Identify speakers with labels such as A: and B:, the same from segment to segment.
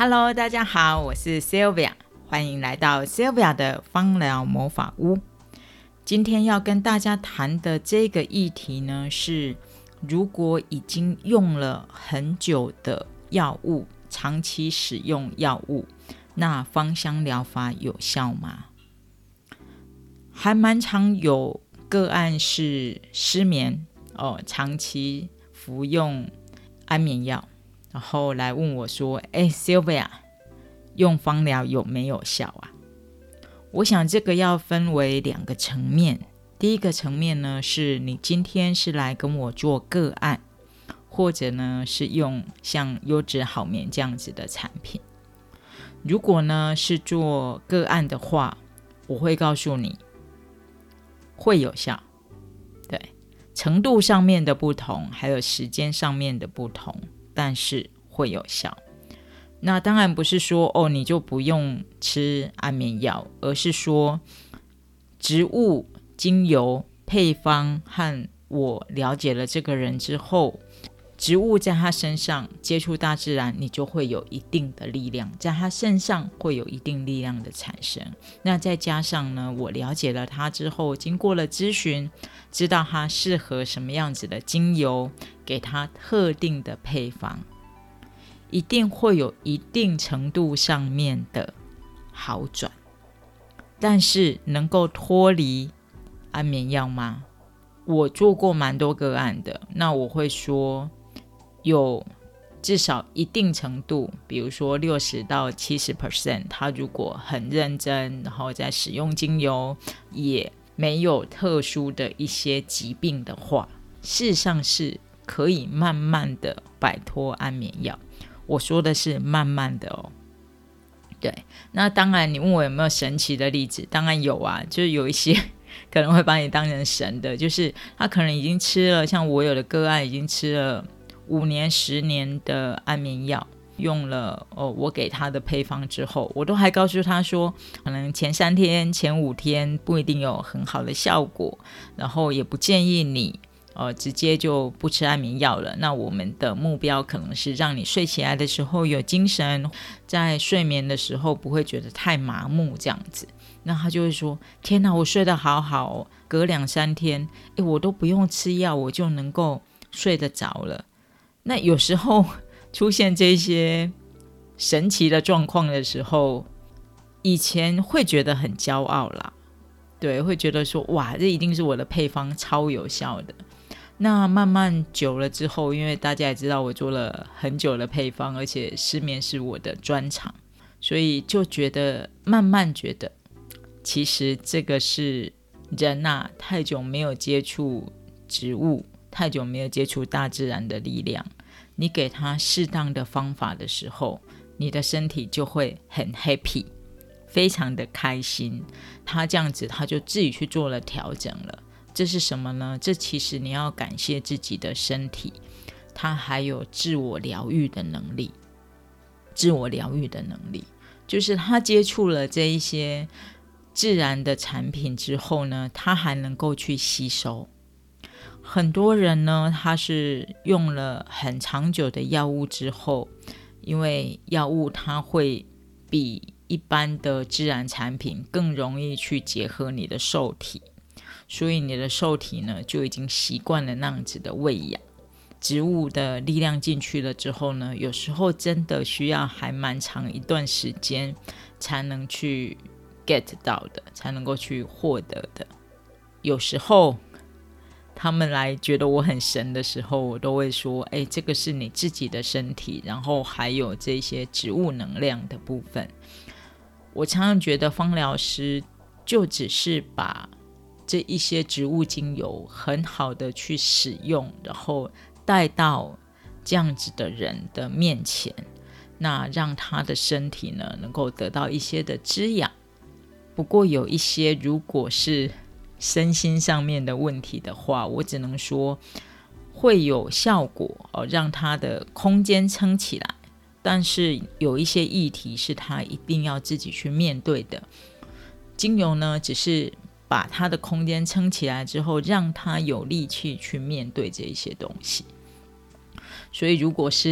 A: Hello， 大家好，我是 Sylvia， 欢迎来到 Sylvia 的芳疗魔法屋。今天要跟大家谈的这个议题呢，是如果已经用了很久的药物，长期使用药物，那芳香疗法有效吗？还蛮常有个案是失眠长期服用安眠药，然后来问我说Sylvia， 用芳疗有没有效啊？我想这个要分为2个层面。第一个层面呢，是你今天是来跟我做个案，或者呢是用像优质好眠这样子的产品。如果呢是做个案的话，我会告诉你会有效，对，程度上面的不同，还有时间上面的不同，但是会有效。那当然不是说你就不用吃安眠药，而是说植物精油配方和我了解了这个人之后，植物在他身上接触大自然，你就会有一定的力量，在他身上会有一定力量的产生。那再加上呢，我了解了他之后，经过了咨询，知道他适合什么样子的精油，给他特定的配方，一定会有一定程度上面的好转。但是能够脱离安眠药吗？我做过蛮多个案的，那我会说有至少一定程度，比如说60%到70%，他如果很认真，然后在使用精油，也没有特殊的一些疾病的话，事实上是可以慢慢的摆脱安眠药。我说的是慢慢的哦。对，那当然你问我有没有神奇的例子，当然有啊，就是有一些可能会把你当成神的，就是他可能已经吃了，像我有的个案已经吃了5年10年的安眠药，用了我给他的配方之后，我都还告诉他说，可能前3天前5天不一定有很好的效果，然后也不建议你直接就不吃安眠药了。那我们的目标可能是让你睡起来的时候有精神，在睡眠的时候不会觉得太麻木这样子。那他就会说，天哪，我睡得好好隔2-3天我都不用吃药，我就能够睡得着了。那有时候出现这些神奇的状况的时候，以前会觉得很骄傲啦，对，会觉得说哇，这一定是我的配方超有效的。那慢慢久了之后，因为大家也知道我做了很久的配方，而且失眠是我的专长，所以就慢慢觉得其实这个是人太久没有接触植物，太久没有接触大自然的力量，你给他适当的方法的时候，你的身体就会很 happy， 非常的开心。他这样子他就自己去做了调整了。这是什么呢？这其实你要感谢自己的身体，它还有自我疗愈的能力。自我疗愈的能力就是他接触了这一些自然的产品之后呢，他还能够去吸收。很多人呢，他是用了很长久的药物之后，因为药物它会比一般的自然产品更容易去结合你的受体，所以你的受体呢就已经习惯了那样子的喂养。植物的力量进去了之后呢，有时候真的需要还蛮长一段时间才能去 get 到的，才能够去获得的。有时候他们来觉得我很神的时候，我都会说这个是你自己的身体，然后还有这些植物能量的部分。我常常觉得芳疗师就只是把这一些植物精油很好的去使用，然后带到这样子的人的面前，那让他的身体呢能够得到一些的滋养。不过有一些如果是身心上面的问题的话，我只能说会有效果让他的空间撑起来，但是有一些议题是他一定要自己去面对的。精油呢只是把他的空间撑起来之后，让他有力气去面对这一些东西。所以如果是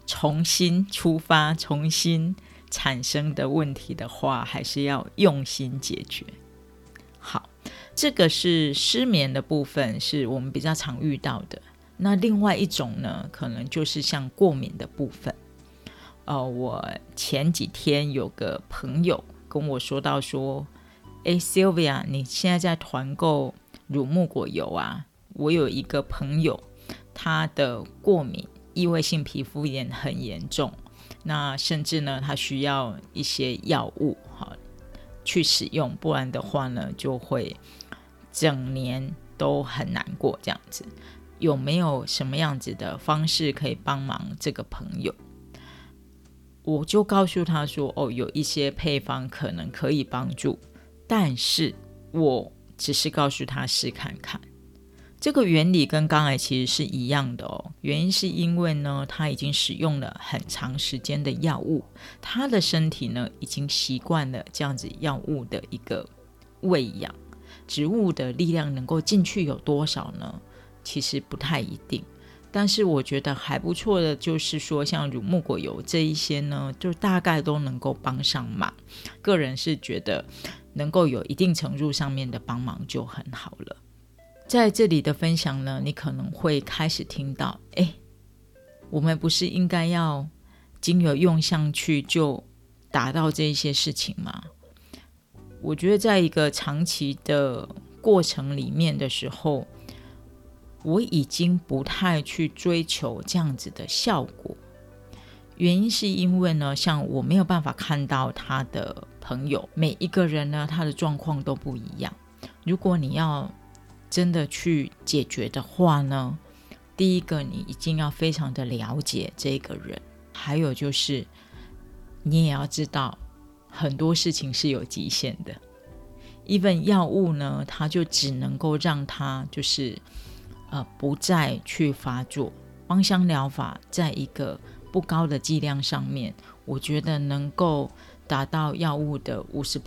A: 重新出发、重新产生的问题的话，还是要用心解决。好，这个是失眠的部分，是我们比较常遇到的。那另外一种呢，可能就是像过敏的部分。我前几天有个朋友跟我说到说，Sylvia， 你现在在团购乳木果油啊，我有一个朋友，他的过敏异位性皮肤炎很严重，那甚至呢他需要一些药物去使用，不然的话呢就会整年都很难过这样子。有没有什么样子的方式可以帮忙这个朋友？我就告诉他说，有一些配方可能可以帮助，但是我只是告诉他试看看。这个原理跟刚才其实是一样的原因是因为呢，他已经使用了很长时间的药物，他的身体呢已经习惯了这样子药物的一个喂养，植物的力量能够进去有多少呢？其实不太一定，但是我觉得还不错的就是说，像乳木果油这一些呢，就大概都能够帮上忙。个人是觉得能够有一定程度上面的帮忙就很好了。在这里的分享呢，你可能会开始听到，我们不是应该要精油用上去就达到这一些事情吗？我觉得在一个长期的过程里面的时候，我已经不太去追求这样子的效果。原因是因为呢，像我没有办法看到他的朋友，每一个人呢他的状况都不一样。如果你要真的去解决的话呢，第一个你一定要非常的了解这个人，还有就是你也要知道很多事情是有极限的。even 药物呢，它就只能够让它就是不再去发作。芳香疗法在一个不高的剂量上面，我觉得能够达到药物的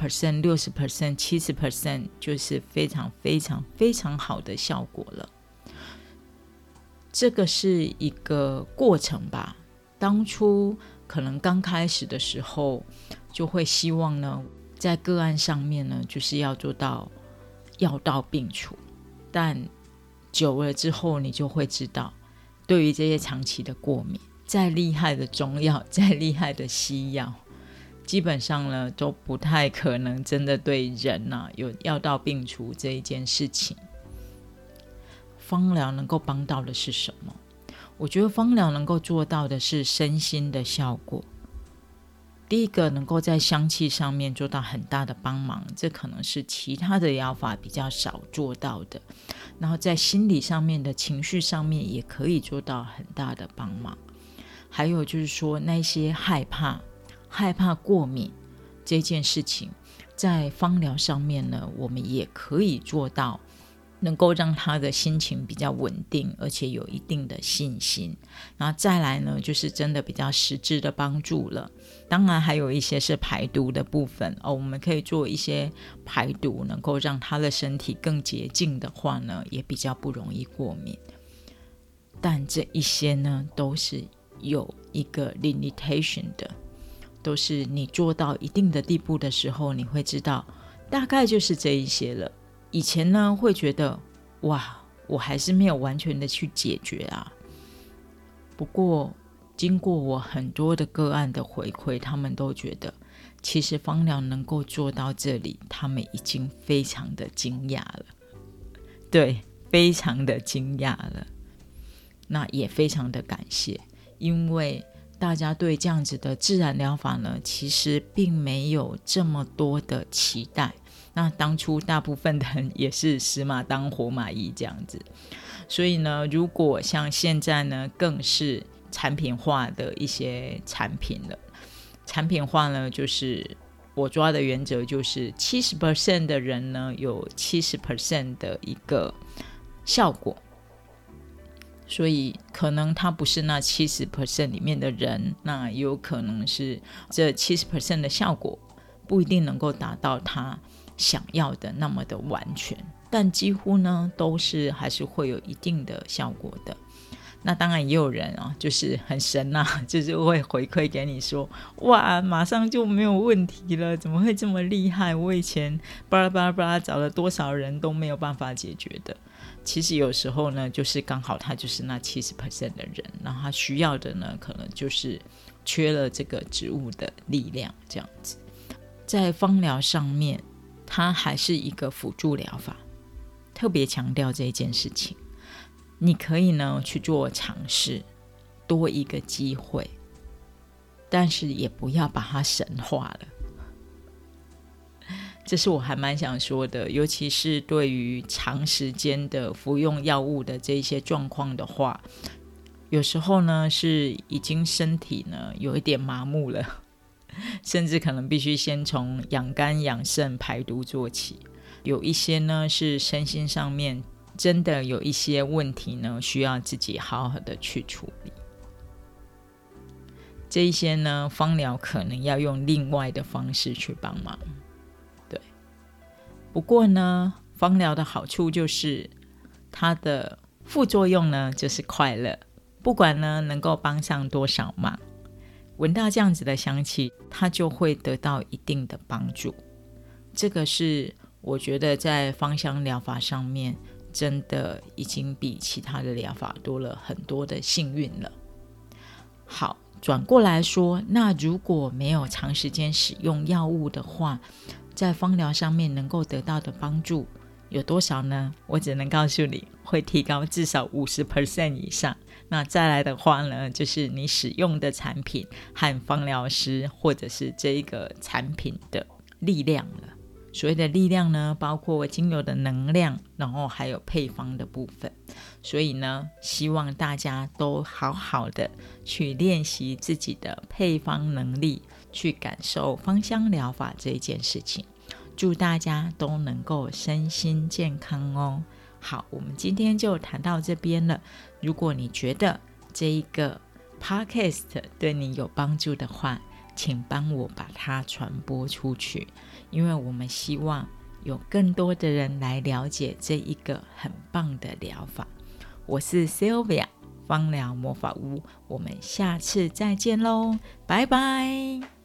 A: 50%、60%、70%， 就是非常非常非常好的效果了。这个是一个过程吧。当初可能刚开始的时候，就会希望呢，在个案上面呢，就是要做到药到病除。但久了之后，你就会知道，对于这些长期的过敏，再厉害的中药，再厉害的西药，基本上呢都不太可能真的对人有药到病除这一件事情。芳疗能够帮到的是什么？我觉得芳疗能够做到的是身心的效果。第一个能够在香气上面做到很大的帮忙，这可能是其他的疗法比较少做到的。然后在心理上面的情绪上面也可以做到很大的帮忙。还有就是说，那些害怕过敏这件事情，在芳疗上面呢，我们也可以做到能够让他的心情比较稳定，而且有一定的信心。然后再来呢，就是真的比较实质的帮助了。当然还有一些是排毒的部分我们可以做一些排毒，能够让他的身体更洁净的话呢，也比较不容易过敏。但这一些呢，都是有一个 limitation 的，都是你做到一定的地步的时候，你会知道大概就是这一些了。以前呢会觉得哇，我还是没有完全的去解决不过经过我很多的个案的回馈，他们都觉得其实芳疗能够做到这里，他们已经非常的惊讶了。对，非常的惊讶了。那也非常的感谢，因为大家对这样子的自然疗法呢，其实并没有这么多的期待。那当初大部分的人也是死马当活马医这样子，所以呢，如果像现在呢，更是产品化的一些产品了。产品化呢，就是我抓的原则就是 70% 的人呢，有 70% 的一个效果。所以可能他不是那 70% 里面的人，那有可能是这 70% 的效果不一定能够达到他想要的那么的完全，但几乎呢都是还是会有一定的效果的。 那当然也有人就是很神啊，就是会回馈给你说，哇，马上就没有问题了，怎么会这么厉害？我以前巴拉巴拉巴拉找了多少人都没有办法解决的。其实有时候呢，就是刚好他就是那 70% 的人，然后他需要的呢，可能就是缺了这个植物的力量这样子。在芳疗上面，它还是一个辅助疗法，特别强调这一件事情。你可以呢去做尝试，多一个机会，但是也不要把它神化了。这是我还蛮想说的，尤其是对于长时间的服用药物的这些状况的话，有时候呢是已经身体呢有一点麻木了，甚至可能必须先从养肝养肾排毒做起。有一些呢是身心上面真的有一些问题呢，需要自己好好的去处理。这一些呢，芳疗可能要用另外的方式去帮忙。对，不过呢，芳疗的好处就是它的副作用呢，就是快乐。不管呢能够帮上多少忙，闻到这样子的香气，它就会得到一定的帮助。这个是我觉得在芳香疗法上面真的已经比其他的疗法多了很多的幸运了。好，转过来说，那如果没有长时间使用药物的话，在芳疗上面能够得到的帮助有多少呢？我只能告诉你，会提高至少 50% 以上。那再来的话呢，就是你使用的产品和芳疗师或者是这一个产品的力量了。所谓的力量呢，包括精油的能量，然后还有配方的部分。所以呢，希望大家都好好的去练习自己的配方能力，去感受芳香疗法这一件事情。祝大家都能够身心健康哦。好，我们今天就谈到这边了。如果你觉得这一个 podcast 对你有帮助的话，请帮我把它传播出去，因为我们希望有更多的人来了解这一个很棒的疗法。我是 Sylvia， 芳疗魔法屋，我们下次再见咯，拜拜。